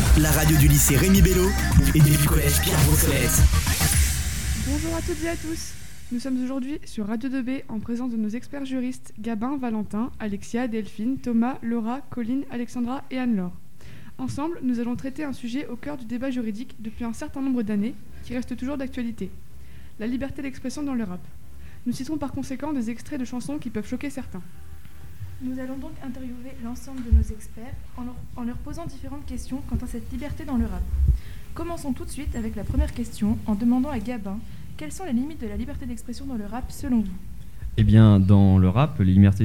la radio du lycée Rémi Bello et du collège Pierre Brossolette. Bonjour à toutes et à tous. Nous sommes aujourd'hui sur Radio 2B en présence de nos experts juristes Gabin, Valentin, Alexia, Delphine, Thomas, Laura, Colline, Alexandra et Anne-Laure. Ensemble, nous allons traiter un sujet au cœur du débat juridique depuis un certain nombre d'années qui reste toujours d'actualité. La liberté d'expression dans le rap. Nous citerons par conséquent des extraits de chansons qui peuvent choquer certains. Nous allons donc interviewer l'ensemble de nos experts en leur posant différentes questions quant à cette liberté dans le rap. Commençons tout de suite avec la première question en demandant à Gabin quelles sont les limites de la liberté d'expression dans le rap selon vous ? Eh bien, dans le rap, les limites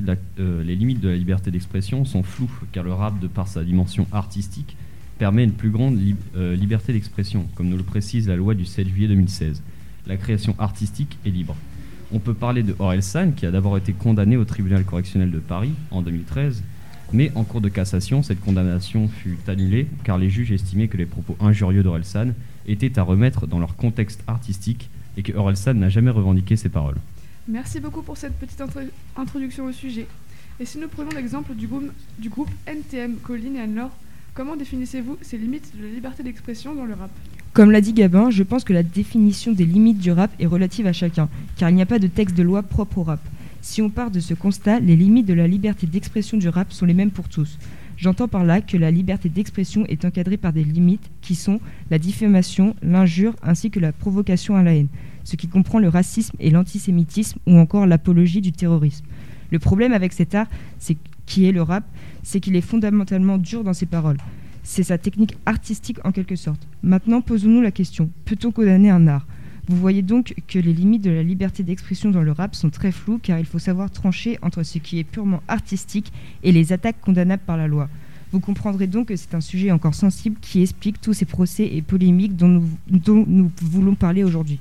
de la liberté d'expression sont floues, car le rap, de par sa dimension artistique, permet une plus grande liberté d'expression, comme nous le précise la loi du 7 juillet 2016. La création artistique est libre. On peut parler de Orelsan, qui a d'abord été condamné au tribunal correctionnel de Paris en 2013, mais en cours de cassation, cette condamnation fut annulée car les juges estimaient que les propos injurieux d'Orelsan étaient à remettre dans leur contexte artistique et que Orelsan n'a jamais revendiqué ces paroles. Merci beaucoup pour cette petite introduction au sujet. Et si nous prenons l'exemple du groupe NTM, Colline et Anne-Laure, comment définissez-vous ces limites de la liberté d'expression dans le rap ? Comme l'a dit Gabin, je pense que la définition des limites du rap est relative à chacun, car il n'y a pas de texte de loi propre au rap. Si on part de ce constat, les limites de la liberté d'expression du rap sont les mêmes pour tous. J'entends par là que la liberté d'expression est encadrée par des limites qui sont la diffamation, l'injure ainsi que la provocation à la haine, ce qui comprend le racisme et l'antisémitisme ou encore l'apologie du terrorisme. Le problème avec cet art, qui est le rap, c'est qu'il est fondamentalement dur dans ses paroles. C'est sa technique artistique en quelque sorte. Maintenant, posons-nous la question, peut-on condamner un art ? Vous voyez donc que les limites de la liberté d'expression dans le rap sont très floues car il faut savoir trancher entre ce qui est purement artistique et les attaques condamnables par la loi. Vous comprendrez donc que c'est un sujet encore sensible qui explique tous ces procès et polémiques dont nous voulons parler aujourd'hui.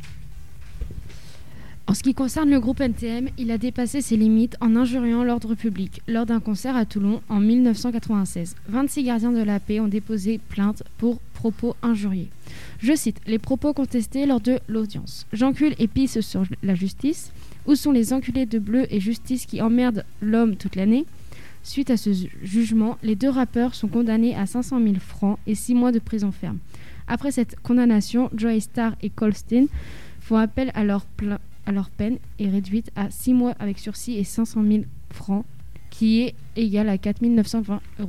En ce qui concerne le groupe NTM, il a dépassé ses limites en injuriant l'ordre public lors d'un concert à Toulon en 1996. 26 gardiens de la paix ont déposé plainte pour propos injuriés. Je cite les propos contestés lors de l'audience. J'encule et pisse sur la justice. Où sont les enculés de bleu et justice qui emmerdent l'homme toute l'année ? Suite à ce jugement, les deux rappeurs sont condamnés à 500 000 francs et 6 mois de prison ferme. Après cette condamnation, Joey Starr et Colston font appel à leur peine est réduite à 6 mois avec sursis et 500 000 francs, qui est égal à 4 920 €.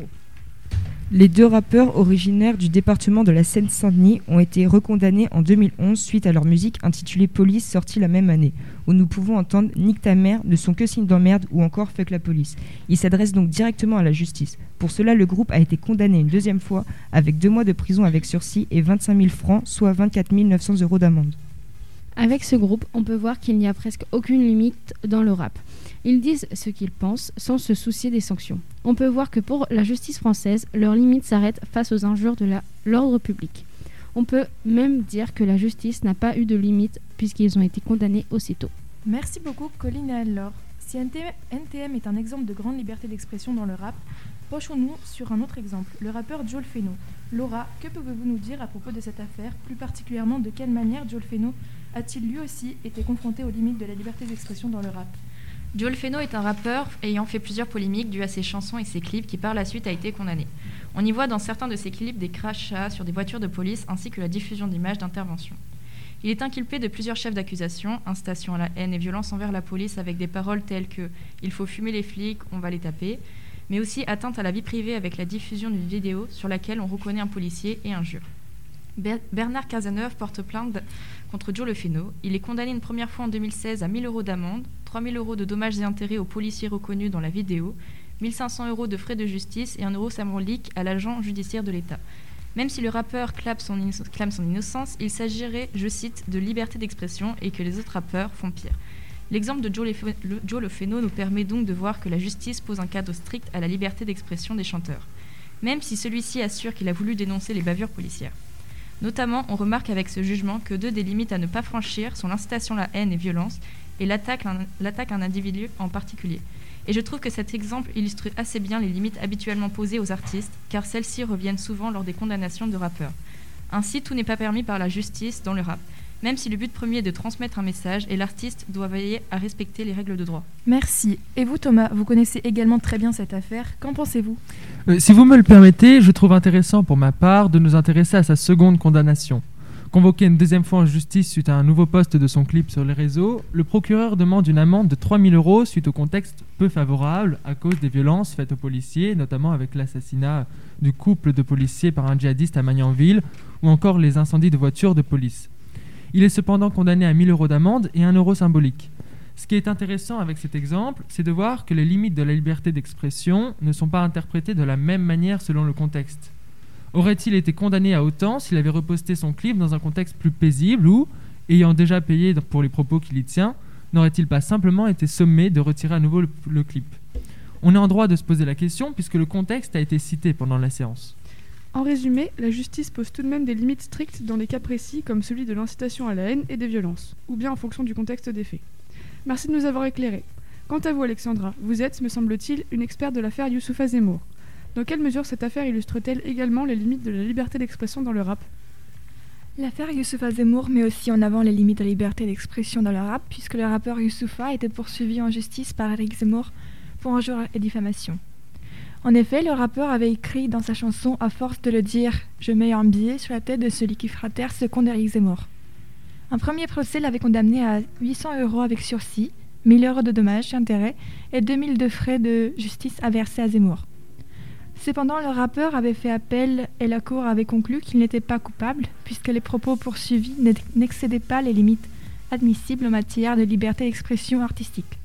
Les deux rappeurs originaires du département de la Seine-Saint-Denis ont été recondamnés en 2011 suite à leur musique intitulée Police, sortie la même année, où nous pouvons entendre Nique ta mère, Ne sont que signes d'emmerde ou encore Fuck la police. Ils s'adressent donc directement à la justice. Pour cela, le groupe a été condamné une deuxième fois avec 2 mois de prison avec sursis et 25 000 francs, soit 24 900 € d'amende. Avec ce groupe, on peut voir qu'il n'y a presque aucune limite dans le rap. Ils disent ce qu'ils pensent sans se soucier des sanctions. On peut voir que pour la justice française, leurs limites s'arrêtent face aux injures de l'ordre public. On peut même dire que la justice n'a pas eu de limite puisqu'ils ont été condamnés aussitôt. Merci beaucoup Colline et Anne-Laure. Si NTM est un exemple de grande liberté d'expression dans le rap, penchons-nous sur un autre exemple, le rappeur Joel Feno. Laura, que pouvez-vous nous dire à propos de cette affaire, plus particulièrement de quelle manière Joel Feno a-t-il lui aussi été confronté aux limites de la liberté d'expression dans le rap ? Joel Feno est un rappeur ayant fait plusieurs polémiques dues à ses chansons et ses clips qui par la suite a été condamné. On y voit dans certains de ses clips des crachats sur des voitures de police ainsi que la diffusion d'images d'intervention. Il est inculpé de plusieurs chefs d'accusation, incitation à la haine et violence envers la police avec des paroles telles que « il faut fumer les flics, on va les taper », mais aussi atteinte à la vie privée avec la diffusion d'une vidéo sur laquelle on reconnaît un policier et injure. Bernard Cazeneuve porte plainte contre Joel Feno. Il est condamné une première fois en 2016 à 1 000 € d'amende, 3 000 € de dommages et intérêts aux policiers reconnus dans la vidéo, 1 500 € de frais de justice et 1 € symbolique à l'agent judiciaire de l'État. Même si le rappeur clame son innocence, il s'agirait, je cite, de liberté d'expression et que les autres rappeurs font pire. L'exemple de Joel Feno nous permet donc de voir que la justice pose un cadre strict à la liberté d'expression des chanteurs, même si celui-ci assure qu'il a voulu dénoncer les bavures policières. Notamment, on remarque avec ce jugement que 2 des limites à ne pas franchir sont l'incitation à la haine et violence et l'attaque à un individu en particulier. Et je trouve que cet exemple illustre assez bien les limites habituellement posées aux artistes, car celles-ci reviennent souvent lors des condamnations de rappeurs. Ainsi, tout n'est pas permis par la justice dans le rap. même si le but premier est de transmettre un message et l'artiste doit veiller à respecter les règles de droit. Merci. Et vous, Thomas, vous connaissez également très bien cette affaire. Qu'en pensez-vous ? Si vous me le permettez, je trouve intéressant pour ma part de nous intéresser à sa seconde condamnation. Convoqué une deuxième fois en justice suite à un nouveau post de son clip sur les réseaux, le procureur demande une amende de 3 000 € suite au contexte peu favorable à cause des violences faites aux policiers, notamment avec l'assassinat du couple de policiers par un djihadiste à Magnanville ou encore les incendies de voitures de police. Il est cependant condamné à 1 000 € d'amende et 1 € symbolique. Ce qui est intéressant avec cet exemple, c'est de voir que les limites de la liberté d'expression ne sont pas interprétées de la même manière selon le contexte. Aurait-il été condamné à autant s'il avait reposté son clip dans un contexte plus paisible ou, ayant déjà payé pour les propos qu'il y tient, n'aurait-il pas simplement été sommé de retirer à nouveau le clip ? On est en droit de se poser la question puisque le contexte a été cité pendant la séance. En résumé, la justice pose tout de même des limites strictes dans les cas précis comme celui de l'incitation à la haine et des violences, ou bien en fonction du contexte des faits. Merci de nous avoir éclairés. Quant à vous, Alexandra, vous êtes, me semble-t-il, une experte de l'affaire Youssoupha Zemmour. Dans quelle mesure cette affaire illustre-t-elle également les limites de la liberté d'expression dans le rap ? L'affaire Youssoupha Zemmour met aussi en avant les limites de la liberté d'expression dans le rap, puisque le rappeur Youssoupha a été poursuivi en justice par Eric Zemmour pour injure et diffamation. En effet, le rappeur avait écrit dans sa chanson « À force de le dire, je mets un billet sur la tête de celui qui fera taire ce con d'Eric Zemmour ». Un premier procès l'avait condamné à 800 € avec sursis, 1 000 € de dommages et intérêts et 2 000 € de frais de justice à verser à Zemmour. Cependant, le rappeur avait fait appel et la cour avait conclu qu'il n'était pas coupable puisque les propos poursuivis n'excédaient pas les limites admissibles en matière de liberté d'expression artistique.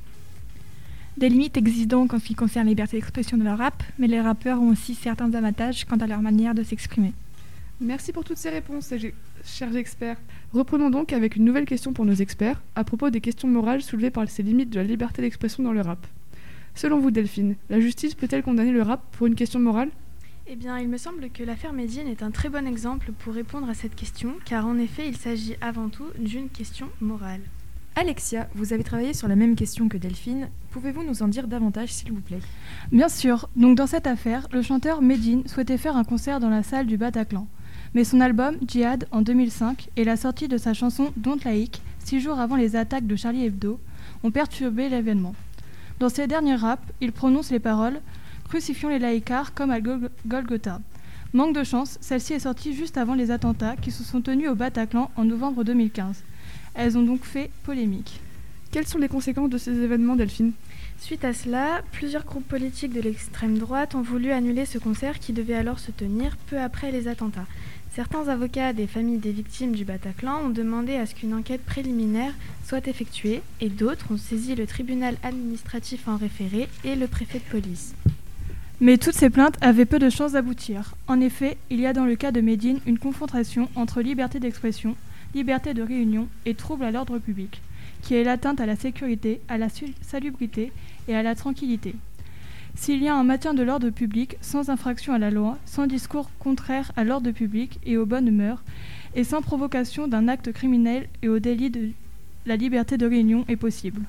Des limites existent donc en ce qui concerne la liberté d'expression de le rap, mais les rappeurs ont aussi certains avantages quant à leur manière de s'exprimer. Merci pour toutes ces réponses, chers experts. Reprenons donc avec une nouvelle question pour nos experts, à propos des questions morales soulevées par ces limites de la liberté d'expression dans le rap. Selon vous, Delphine, la justice peut-elle condamner le rap pour une question morale ? Eh bien, il me semble que l'affaire Medine est un très bon exemple pour répondre à cette question, car en effet, il s'agit avant tout d'une question morale. Alexia, vous avez travaillé sur la même question que Delphine. Pouvez-vous nous en dire davantage, s'il vous plaît ? Bien sûr. Donc dans cette affaire, le chanteur Medine souhaitait faire un concert dans la salle du Bataclan. Mais son album, Djihad, en 2005, et la sortie de sa chanson Don't Like, 6 jours avant les attaques de Charlie Hebdo, ont perturbé l'événement. Dans ses derniers raps, il prononce les paroles « Crucifions les laïcards comme à Golgotha ». Manque de chance, celle-ci est sortie juste avant les attentats qui se sont tenus au Bataclan en novembre 2015. Elles ont donc fait polémique. Quelles sont les conséquences de ces événements, Delphine ? Suite à cela, plusieurs groupes politiques de l'extrême droite ont voulu annuler ce concert qui devait alors se tenir peu après les attentats. Certains avocats des familles des victimes du Bataclan ont demandé à ce qu'une enquête préliminaire soit effectuée et d'autres ont saisi le tribunal administratif en référé et le préfet de police. Mais toutes ces plaintes avaient peu de chances d'aboutir. En effet, il y a dans le cas de Medine une confrontation entre liberté d'expression, liberté de réunion et trouble à l'ordre public, qui est l'atteinte à la sécurité, à la salubrité et à la tranquillité. S'il y a un maintien de l'ordre public sans infraction à la loi, sans discours contraire à l'ordre public et aux bonnes mœurs, et sans provocation d'un acte criminel et au délit de la liberté de réunion est possible.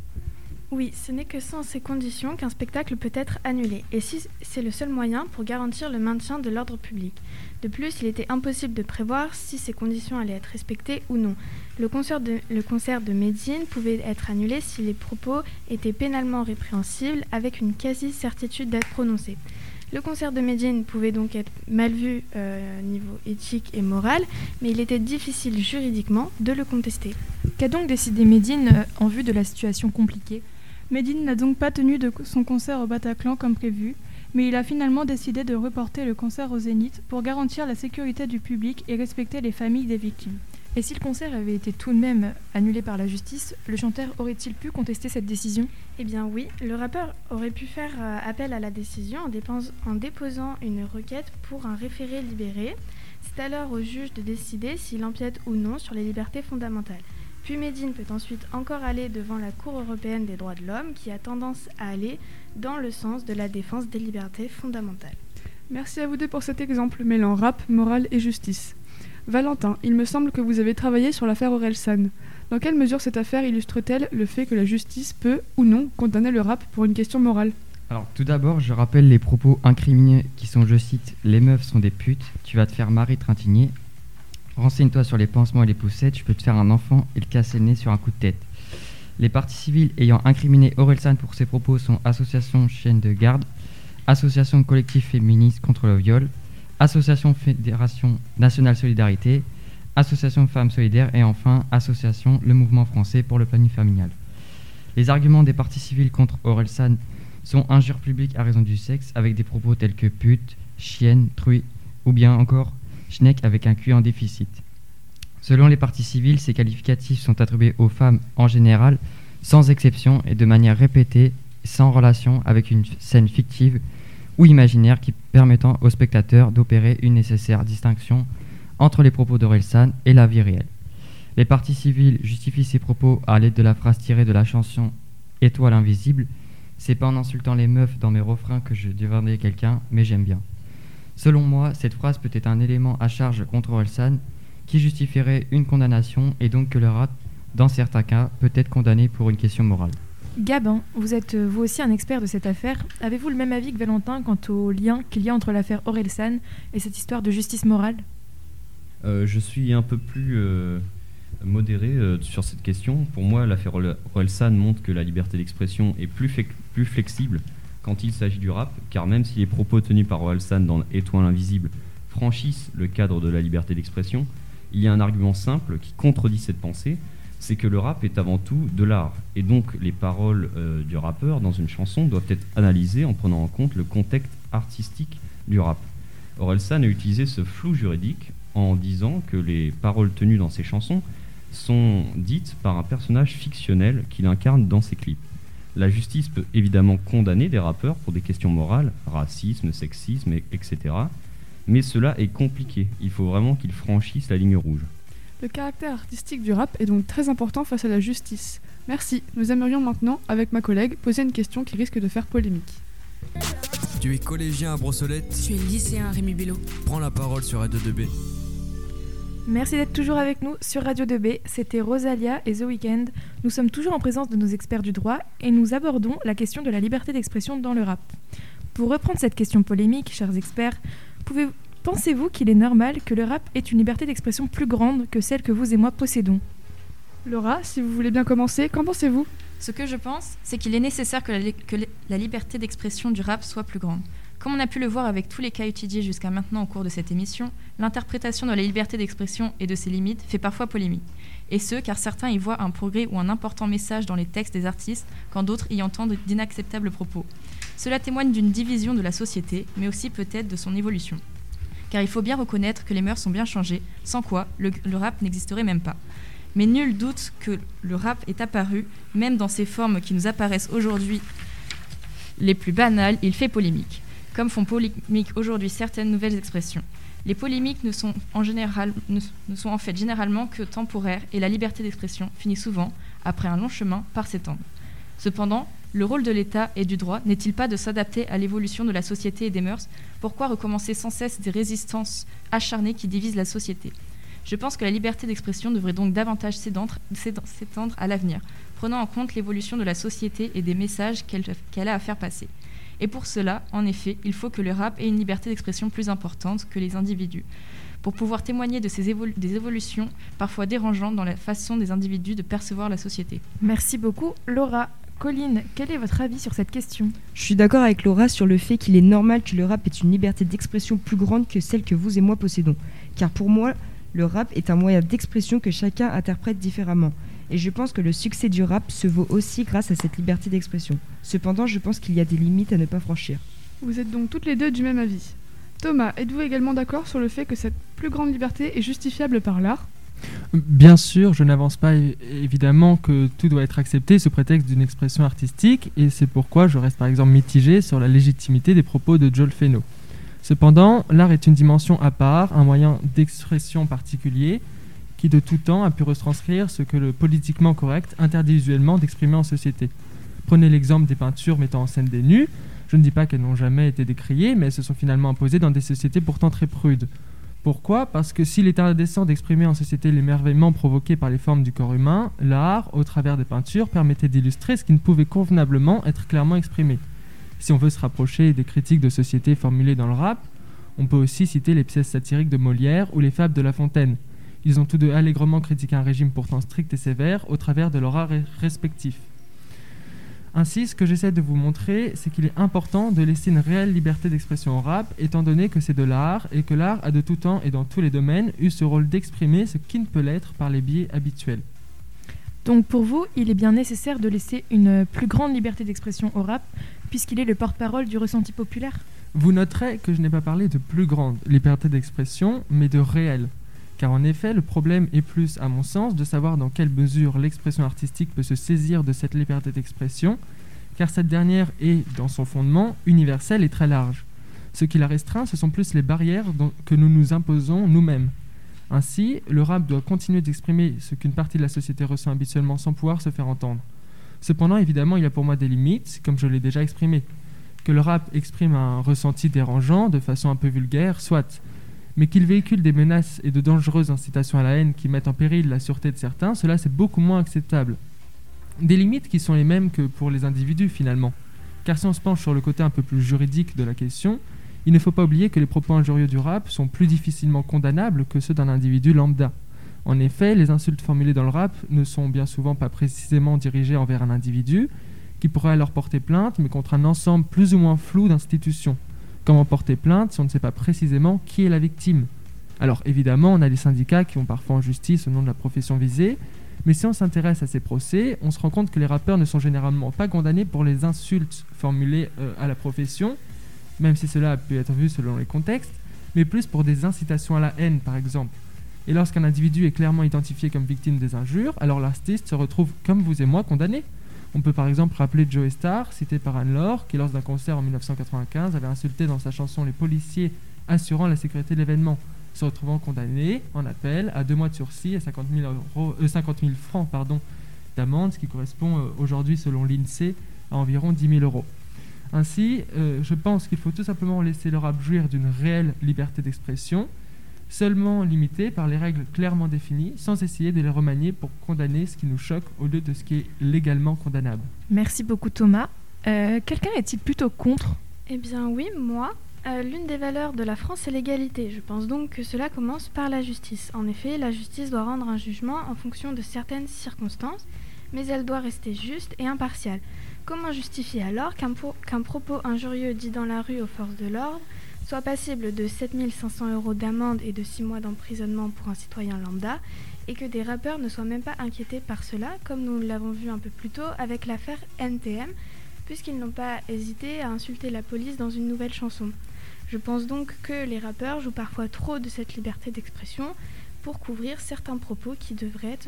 Oui, ce n'est que sans ces conditions qu'un spectacle peut être annulé, et si c'est le seul moyen pour garantir le maintien de l'ordre public. De plus, il était impossible de prévoir si ces conditions allaient être respectées ou non. Le concert de Medine pouvait être annulé si les propos étaient pénalement répréhensibles avec une quasi-certitude d'être prononcés. Le concert de Medine pouvait donc être mal vu niveau éthique et moral, mais il était difficile juridiquement de le contester. Qu'a donc décidé Medine en vue de la situation compliquée ? Medine n'a donc pas tenu son concert au Bataclan comme prévu, mais il a finalement décidé de reporter le concert au Zénith pour garantir la sécurité du public et respecter les familles des victimes. Et si le concert avait été tout de même annulé par la justice, le chanteur aurait-il pu contester cette décision ? Eh bien oui, le rappeur aurait pu faire appel à la décision en déposant une requête pour un référé libéré. C'est alors au juge de décider s'il empiète ou non sur les libertés fondamentales. Puis Medine peut ensuite encore aller devant la Cour européenne des droits de l'homme qui a tendance à aller dans le sens de la défense des libertés fondamentales. Merci à vous deux pour cet exemple mêlant rap, morale et justice. Valentin, il me semble que vous avez travaillé sur l'affaire Orelsan. Dans quelle mesure cette affaire illustre-t-elle le fait que la justice peut, ou non, condamner le rap pour une question morale ? Alors, tout d'abord, je rappelle les propos incriminés qui sont, je cite, « Les meufs sont des putes, tu vas te faire Marie Trintignant ». Renseigne-toi sur les pansements et les poussettes, je peux te faire un enfant et le casser le nez sur un coup de tête. Les parties civiles ayant incriminé Orelsan pour ses propos sont Association Chienne de Garde, Association Collectif Féministe contre le viol, Association Fédération Nationale Solidarité, Association Femmes Solidaires et enfin Association Le Mouvement Français pour le Planning Familial. Les arguments des parties civiles contre Orelsan sont injures publiques à raison du sexe avec des propos tels que pute, chienne, truie ou bien encore schneck avec un QI en déficit. Selon les parties civiles, ces qualificatifs sont attribués aux femmes en général, sans exception et de manière répétée, sans relation avec une scène fictive ou imaginaire qui permettant aux spectateurs d'opérer une nécessaire distinction entre les propos d'Orelsan et la vie réelle. Les parties civiles justifient ces propos à l'aide de la phrase tirée de la chanson « Étoile invisible ». C'est pas en insultant les meufs dans mes refrains que je deviendrai quelqu'un, mais j'aime bien. Selon moi, cette phrase peut être un élément à charge contre Orelsan qui justifierait une condamnation et donc que le rap, dans certains cas, peut être condamné pour une question morale. Gabin, vous êtes vous aussi un expert de cette affaire. Avez-vous le même avis que Valentin quant au lien qu'il y a entre l'affaire Orelsan et cette histoire de justice morale ? Je suis un peu plus modéré sur cette question. Pour moi, l'affaire Orelsan montre que la liberté d'expression est plus flexible quand il s'agit du rap, car même si les propos tenus par Orelsan dans Étoile invisible franchissent le cadre de la liberté d'expression, il y a un argument simple qui contredit cette pensée, c'est que le rap est avant tout de l'art, et donc les paroles du rappeur dans une chanson doivent être analysées en prenant en compte le contexte artistique du rap. Orelsan a utilisé ce flou juridique en disant que les paroles tenues dans ses chansons sont dites par un personnage fictionnel qu'il incarne dans ses clips. La justice peut évidemment condamner des rappeurs pour des questions morales, racisme, sexisme, etc. Mais cela est compliqué, il faut vraiment qu'ils franchissent la ligne rouge. Le caractère artistique du rap est donc très important face à la justice. Merci, nous aimerions maintenant, avec ma collègue, poser une question qui risque de faire polémique. Tu es collégien à Brossolette. Tu es lycéen à Rémi Bello. Prends la parole sur Radio 2B. Merci d'être toujours avec nous sur Radio 2B. C'était Rosalia et The Weeknd. Nous sommes toujours en présence de nos experts du droit et nous abordons la question de la liberté d'expression dans le rap. Pour reprendre cette question polémique, chers experts, pensez-vous qu'il est normal que le rap ait une liberté d'expression plus grande que celle que vous et moi possédons ? Laura, si vous voulez bien commencer, qu'en pensez-vous ? Ce que je pense, c'est qu'il est nécessaire que la liberté d'expression du rap soit plus grande. Comme on a pu le voir avec tous les cas étudiés jusqu'à maintenant au cours de cette émission, l'interprétation de la liberté d'expression et de ses limites fait parfois polémique. Et ce, car certains y voient un progrès ou un important message dans les textes des artistes, quand d'autres y entendent d'inacceptables propos. Cela témoigne d'une division de la société, mais aussi peut-être de son évolution. Car il faut bien reconnaître que les mœurs sont bien changées, sans quoi le rap n'existerait même pas. Mais nul doute que le rap est apparu, même dans ses formes qui nous apparaissent aujourd'hui les plus banales, il fait polémique. Comme font polémique aujourd'hui certaines nouvelles expressions. Les polémiques ne sont en fait généralement que temporaires et la liberté d'expression finit souvent, après un long chemin, par s'étendre. Cependant, le rôle de l'État et du droit n'est-il pas de s'adapter à l'évolution de la société et des mœurs ? Pourquoi recommencer sans cesse des résistances acharnées qui divisent la société ? Je pense que la liberté d'expression devrait donc davantage s'étendre à l'avenir, prenant en compte l'évolution de la société et des messages qu'elle a à faire passer. Et pour cela, en effet, il faut que le rap ait une liberté d'expression plus importante que les individus, pour pouvoir témoigner de des évolutions parfois dérangeantes dans la façon des individus de percevoir la société. Merci beaucoup, Laura. Colline, quel est votre avis sur cette question ? Je suis d'accord avec Laura sur le fait qu'il est normal que le rap ait une liberté d'expression plus grande que celle que vous et moi possédons. Car pour moi, le rap est un moyen d'expression que chacun interprète différemment. Et je pense que le succès du rap se vaut aussi grâce à cette liberté d'expression. Cependant, je pense qu'il y a des limites à ne pas franchir. Vous êtes donc toutes les deux du même avis. Thomas, êtes-vous également d'accord sur le fait que cette plus grande liberté est justifiable par l'art ? Bien sûr, je n'avance pas évidemment que tout doit être accepté sous prétexte d'une expression artistique, et c'est pourquoi je reste par exemple mitigé sur la légitimité des propos de Joel Feno. Cependant, l'art est une dimension à part, un moyen d'expression particulier, qui de tout temps a pu retranscrire ce que le politiquement correct interdit usuellement d'exprimer en société. Prenez l'exemple des peintures mettant en scène des nus. Je ne dis pas qu'elles n'ont jamais été décriées, mais elles se sont finalement imposées dans des sociétés pourtant très prudes. Pourquoi ? Parce que s'il était indécent d'exprimer en société l'émerveillement provoqué par les formes du corps humain, l'art, au travers des peintures, permettait d'illustrer ce qui ne pouvait convenablement être clairement exprimé. Si on veut se rapprocher des critiques de société formulées dans le rap, on peut aussi citer les pièces satiriques de Molière ou les fables de La Fontaine. Ils ont tous deux allègrement critiqué un régime pourtant strict et sévère au travers de leurs art respectifs. Ainsi, ce que j'essaie de vous montrer, c'est qu'il est important de laisser une réelle liberté d'expression au rap, étant donné que c'est de l'art et que l'art a de tout temps et dans tous les domaines eu ce rôle d'exprimer ce qui ne peut l'être par les biais habituels. Donc pour vous, il est bien nécessaire de laisser une plus grande liberté d'expression au rap, puisqu'il est le porte-parole du ressenti populaire ? Vous noterez que je n'ai pas parlé de plus grande liberté d'expression, mais de réelle. Car en effet, le problème est plus, à mon sens, de savoir dans quelle mesure l'expression artistique peut se saisir de cette liberté d'expression, car cette dernière est, dans son fondement, universelle et très large. Ce qui la restreint, ce sont plus les barrières que nous nous imposons nous-mêmes. Ainsi, le rap doit continuer d'exprimer ce qu'une partie de la société ressent habituellement sans pouvoir se faire entendre. Cependant, évidemment, il y a pour moi des limites, comme je l'ai déjà exprimé. Que le rap exprime un ressenti dérangeant, de façon un peu vulgaire, soit, mais qu'il véhicule des menaces et de dangereuses incitations à la haine qui mettent en péril la sûreté de certains, cela c'est beaucoup moins acceptable. Des limites qui sont les mêmes que pour les individus finalement. Car si on se penche sur le côté un peu plus juridique de la question, il ne faut pas oublier que les propos injurieux du rap sont plus difficilement condamnables que ceux d'un individu lambda. En effet, les insultes formulées dans le rap ne sont bien souvent pas précisément dirigées envers un individu, qui pourrait alors porter plainte, mais contre un ensemble plus ou moins flou d'institutions. Comment porter plainte si on ne sait pas précisément qui est la victime ? Alors évidemment, on a des syndicats qui vont parfois en justice au nom de la profession visée, mais si on s'intéresse à ces procès, on se rend compte que les rappeurs ne sont généralement pas condamnés pour les insultes formulées à la profession, même si cela a pu être vu selon les contextes, mais plus pour des incitations à la haine par exemple. Et lorsqu'un individu est clairement identifié comme victime des injures, alors l'artiste se retrouve comme vous et moi condamné. On peut par exemple rappeler Joey Starr, cité par Anne-Laure, qui lors d'un concert en 1995 avait insulté dans sa chanson les policiers assurant la sécurité de l'événement, se retrouvant condamné en appel à 2 mois de sursis et 50 000 francs d'amende, ce qui correspond aujourd'hui selon l'INSEE à environ 10 000 euros. Ainsi, je pense qu'il faut tout simplement laisser le rap jouir d'une réelle liberté d'expression, seulement limitée par les règles clairement définies, sans essayer de les remanier pour condamner ce qui nous choque au lieu de ce qui est légalement condamnable. Merci beaucoup Thomas. Quelqu'un est-il plutôt contre ? Eh bien oui, moi. L'une des valeurs de la France est l'égalité. Je pense donc que cela commence par la justice. En effet, la justice doit rendre un jugement en fonction de certaines circonstances, mais elle doit rester juste et impartiale. Comment justifier alors qu'un propos injurieux dit dans la rue aux forces de l'ordre soit passible de 7 500 € d'amende et de 6 mois d'emprisonnement pour un citoyen lambda, et que des rappeurs ne soient même pas inquiétés par cela, comme nous l'avons vu un peu plus tôt avec l'affaire NTM, puisqu'ils n'ont pas hésité à insulter la police dans une nouvelle chanson. Je pense donc que les rappeurs jouent parfois trop de cette liberté d'expression pour couvrir certains propos qui devraient être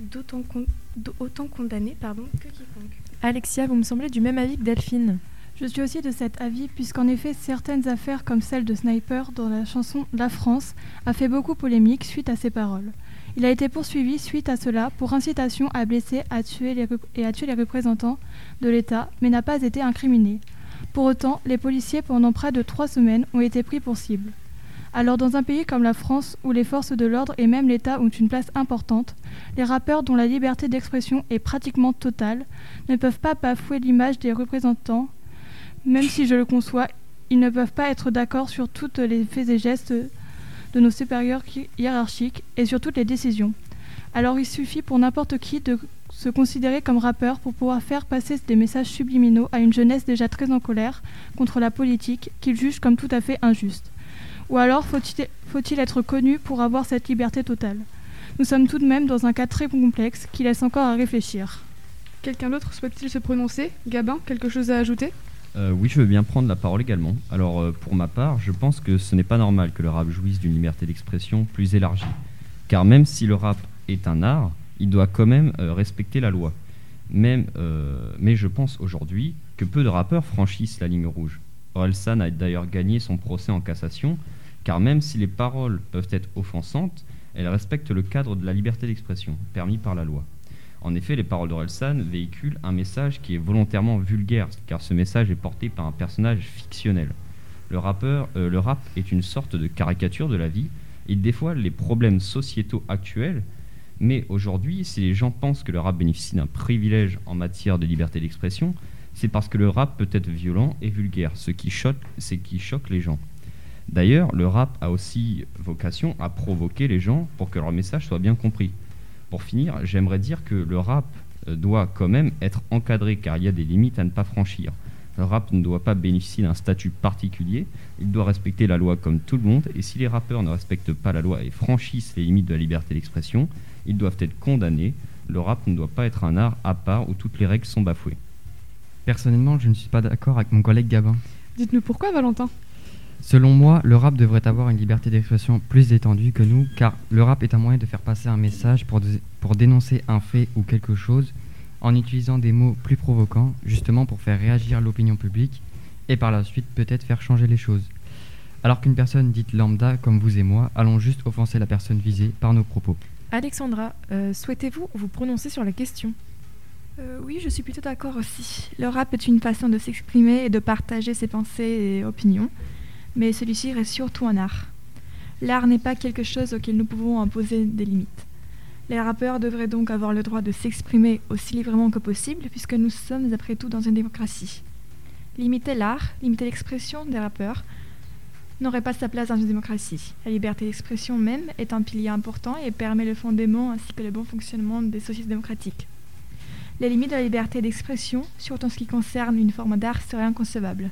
autant condamnés que quiconque. Alexia, vous me semblez du même avis que Delphine. Je suis aussi de cet avis, puisqu'en effet, certaines affaires comme celle de Sniper dans la chanson La France a fait beaucoup polémique suite à ses paroles. Il a été poursuivi suite à cela pour incitation à blesser et à tuer les représentants de l'État, mais n'a pas été incriminé. Pour autant, les policiers pendant près de 3 semaines ont été pris pour cible. Alors dans un pays comme la France, où les forces de l'ordre et même l'État ont une place importante, les rappeurs dont la liberté d'expression est pratiquement totale ne peuvent pas bafouer l'image des représentants. Même si je le conçois, ils ne peuvent pas être d'accord sur tous les faits et gestes de nos supérieurs hiérarchiques et sur toutes les décisions. Alors il suffit pour n'importe qui de se considérer comme rappeur pour pouvoir faire passer des messages subliminaux à une jeunesse déjà très en colère contre la politique qu'ils jugent comme tout à fait injuste. Ou alors faut-il être connu pour avoir cette liberté totale ? Nous sommes tout de même dans un cas très complexe qui laisse encore à réfléchir. Quelqu'un d'autre souhaite-t-il se prononcer ? Gabin, quelque chose à ajouter ? Oui, je veux bien prendre la parole également. Alors, pour ma part, je pense que ce n'est pas normal que le rap jouisse d'une liberté d'expression plus élargie. Car même si le rap est un art, il doit quand même respecter la loi. Mais je pense aujourd'hui que peu de rappeurs franchissent la ligne rouge. Orelsan a d'ailleurs gagné son procès en cassation, car même si les paroles peuvent être offensantes, elles respectent le cadre de la liberté d'expression, permis par la loi. En effet, les paroles d'Orelsan véhiculent un message qui est volontairement vulgaire, car ce message est porté par un personnage fictionnel. Le rap est une sorte de caricature de la vie, et dévoile les problèmes sociétaux actuels, mais aujourd'hui, si les gens pensent que le rap bénéficie d'un privilège en matière de liberté d'expression, c'est parce que le rap peut être violent et vulgaire, ce qui choque les gens. D'ailleurs, le rap a aussi vocation à provoquer les gens pour que leur message soit bien compris. Pour finir, j'aimerais dire que le rap doit quand même être encadré car il y a des limites à ne pas franchir. Le rap ne doit pas bénéficier d'un statut particulier, il doit respecter la loi comme tout le monde, et si les rappeurs ne respectent pas la loi et franchissent les limites de la liberté d'expression, ils doivent être condamnés. Le rap ne doit pas être un art à part où toutes les règles sont bafouées. Personnellement, je ne suis pas d'accord avec mon collègue Gabin. Dites-nous pourquoi, Valentin? Selon moi, le rap devrait avoir une liberté d'expression plus étendue que nous, car le rap est un moyen de faire passer un message pour dénoncer un fait ou quelque chose, en utilisant des mots plus provocants, justement pour faire réagir l'opinion publique, et par la suite peut-être faire changer les choses. Alors qu'une personne dite lambda, comme vous et moi, allons juste offenser la personne visée par nos propos. Alexandra, souhaitez-vous vous prononcer sur la question? Oui, je suis plutôt d'accord aussi. Le rap est une façon de s'exprimer et de partager ses pensées et opinions, mais celui-ci reste surtout un art. L'art n'est pas quelque chose auquel nous pouvons imposer des limites. Les rappeurs devraient donc avoir le droit de s'exprimer aussi librement que possible, puisque nous sommes après tout dans une démocratie. Limiter l'art, limiter l'expression des rappeurs, n'aurait pas sa place dans une démocratie. La liberté d'expression même est un pilier important et permet le fondement ainsi que le bon fonctionnement des sociétés démocratiques. Les limites de la liberté d'expression, surtout en ce qui concerne une forme d'art, seraient inconcevables.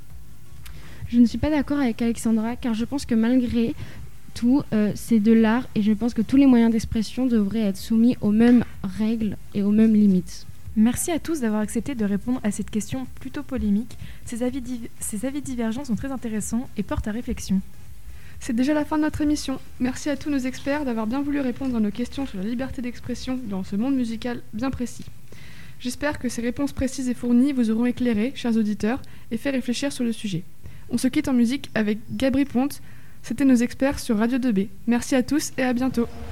Je ne suis pas d'accord avec Alexandra car je pense que malgré tout, c'est de l'art et je pense que tous les moyens d'expression devraient être soumis aux mêmes règles et aux mêmes limites. Merci à tous d'avoir accepté de répondre à cette question plutôt polémique. Ces avis divergents sont très intéressants et portent à réflexion. C'est déjà la fin de notre émission. Merci à tous nos experts d'avoir bien voulu répondre à nos questions sur la liberté d'expression dans ce monde musical bien précis. J'espère que ces réponses précises et fournies vous auront éclairé, chers auditeurs, et fait réfléchir sur le sujet. On se quitte en musique avec Gabri Ponte. C'était nos experts sur Radio 2B. Merci à tous et à bientôt.